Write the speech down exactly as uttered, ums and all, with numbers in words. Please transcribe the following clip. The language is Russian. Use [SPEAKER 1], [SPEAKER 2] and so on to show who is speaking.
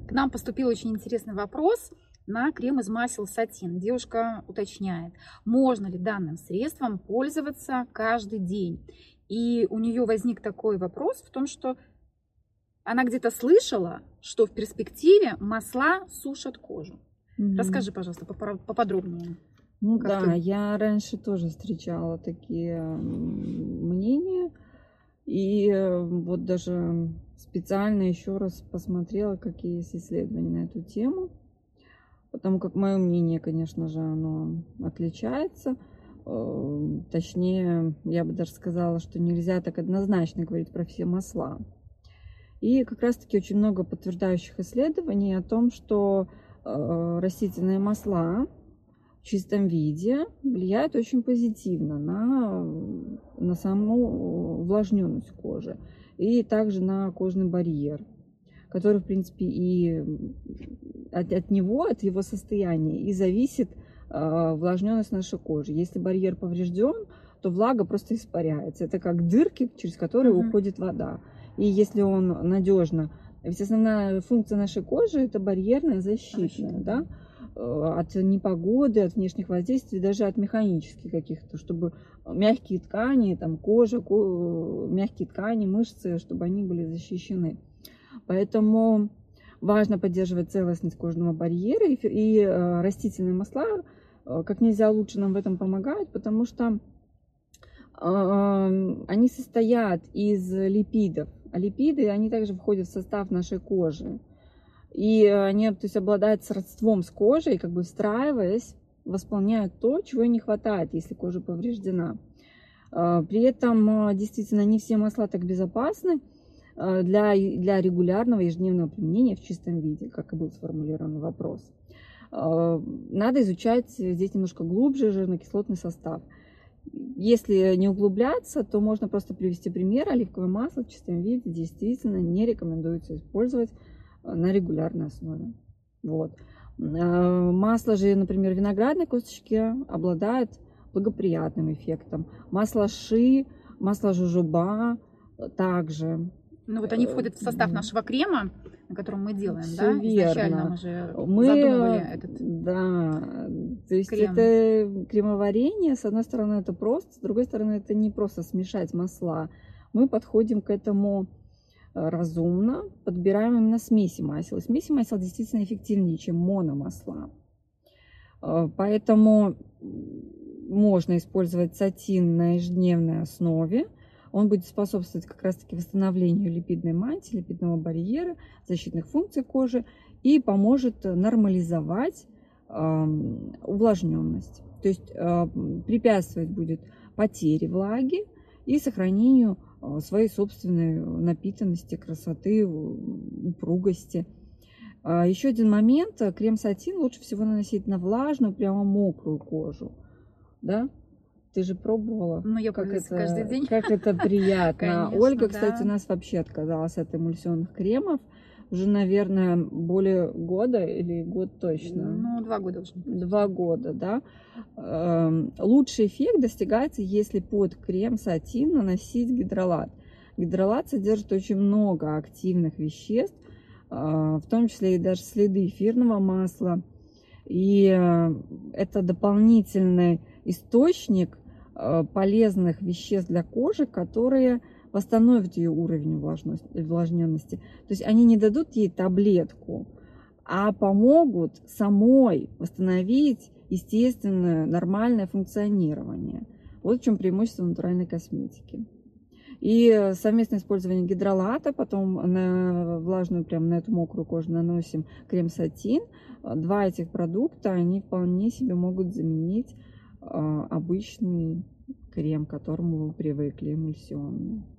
[SPEAKER 1] К нам поступил очень интересный вопрос на крем из масел Сатин. Девушка уточняет, можно ли данным средством пользоваться каждый день. И у нее возник такой вопрос в том, что она где-то слышала, что в перспективе масла сушат кожу. Угу. Расскажи, пожалуйста, поподробнее.
[SPEAKER 2] Ну как да, ты... я раньше тоже встречала такие мнения. И вот даже специально еще раз посмотрела, какие есть исследования на эту тему. Потому как мое мнение, конечно же, оно отличается. Точнее, я бы даже сказала, что нельзя так однозначно говорить про все масла. И как раз-таки очень много подтверждающих исследований о том, что растительные масла в чистом виде влияют очень позитивно на, на саму увлажненность кожи и также на кожный барьер, который, в принципе, и от, от него, от его состояния и зависит э, увлажненность нашей кожи. Если барьер поврежден, то влага просто испаряется. Это как дырки, через которые mm-hmm. уходит вода. И если он надежно... Ведь основная функция нашей кожи – это барьерная, защитная, да? От непогоды, от внешних воздействий, даже от механических каких-то, чтобы мягкие ткани, там, кожа, ко... мягкие ткани, мышцы, чтобы они были защищены. Поэтому важно поддерживать целостность кожного барьера, и, и э, растительные масла э, как нельзя лучше нам в этом помогают, потому что э, они состоят из липидов, а липиды, они также входят в состав нашей кожи. И они, то есть, обладают сродством с кожей, как бы встраиваясь, восполняют то, чего ей не хватает, если кожа повреждена. При этом, действительно, не все масла так безопасны для, для регулярного ежедневного применения в чистом виде, как и был сформулирован вопрос. Надо изучать здесь немножко глубже жирно-кислотный состав. Если не углубляться, то можно просто привести пример. Оливковое масло в чистом виде действительно не рекомендуется использовать на регулярной основе. Вот. Масло же, например, виноградной косточки обладает благоприятным эффектом. Масло ши, масло жожоба также.
[SPEAKER 1] Ну вот они входят в состав нашего крема, на котором мы делаем,
[SPEAKER 2] все
[SPEAKER 1] да?
[SPEAKER 2] Верно.
[SPEAKER 1] Изначально мы же
[SPEAKER 2] мы,
[SPEAKER 1] задумывали этот
[SPEAKER 2] да, то есть
[SPEAKER 1] крем.
[SPEAKER 2] Это кремоварение, с одной стороны это просто, с другой стороны это не просто смешать масла. Мы подходим к этому разумно, подбираем именно смеси масел. Смеси масел действительно эффективнее, чем мономасла. Поэтому можно использовать сатин на ежедневной основе. Он будет способствовать как раз-таки восстановлению липидной мантии, липидного барьера, защитных функций кожи и поможет нормализовать э, увлажненность. То есть э, препятствовать будет потере влаги и сохранению своей собственной напитанности, красоты, упругости. Еще один момент. Крем Сатин лучше всего наносить на влажную, прямо мокрую кожу. Да? Ты же пробовала?
[SPEAKER 1] Ну, я
[SPEAKER 2] как это,
[SPEAKER 1] каждый день.
[SPEAKER 2] Как это приятно.
[SPEAKER 1] Конечно,
[SPEAKER 2] Ольга, кстати,
[SPEAKER 1] да.
[SPEAKER 2] у нас вообще отказалась от эмульсионных кремов. Уже, наверное, более года или год точно.
[SPEAKER 1] Ну, два года уже.
[SPEAKER 2] Два года, да. Лучший эффект достигается, если под крем Сатин наносить гидролат. Гидролат содержит очень много активных веществ, в том числе и даже следы эфирного масла. И это дополнительный источник полезных веществ для кожи, которые восстановят ее уровень увлажненности. То есть они не дадут ей таблетку, а помогут самой восстановить естественное, нормальное функционирование. Вот в чем преимущество натуральной косметики. И совместное использование гидролата, потом на влажную, прям на эту мокрую кожу наносим крем Сатин. Два этих продукта, они вполне себе могут заменить обычный крем, к которому вы привыкли, эмульсионный.